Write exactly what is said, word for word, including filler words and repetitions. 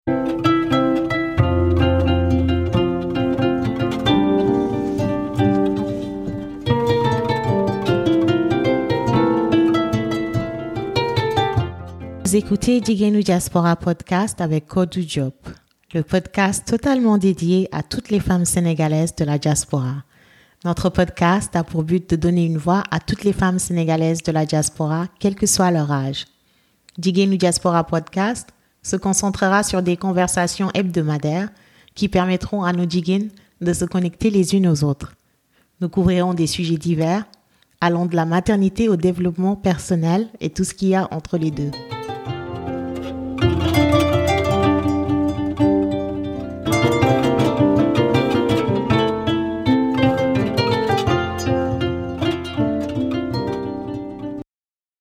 Vous écoutez Digenu Diaspora Podcast avec Kodou Diop, le podcast totalement dédié à toutes les femmes sénégalaises de la diaspora. Notre podcast a pour but de donner une voix à toutes les femmes sénégalaises de la diaspora, quel que soit leur âge. Digenu Diaspora Podcast se concentrera sur des conversations hebdomadaires qui permettront à nos Digènes de se connecter les unes aux autres. Nous couvrirons des sujets divers, allant de la maternité au développement personnel et tout ce qu'il y a entre les deux.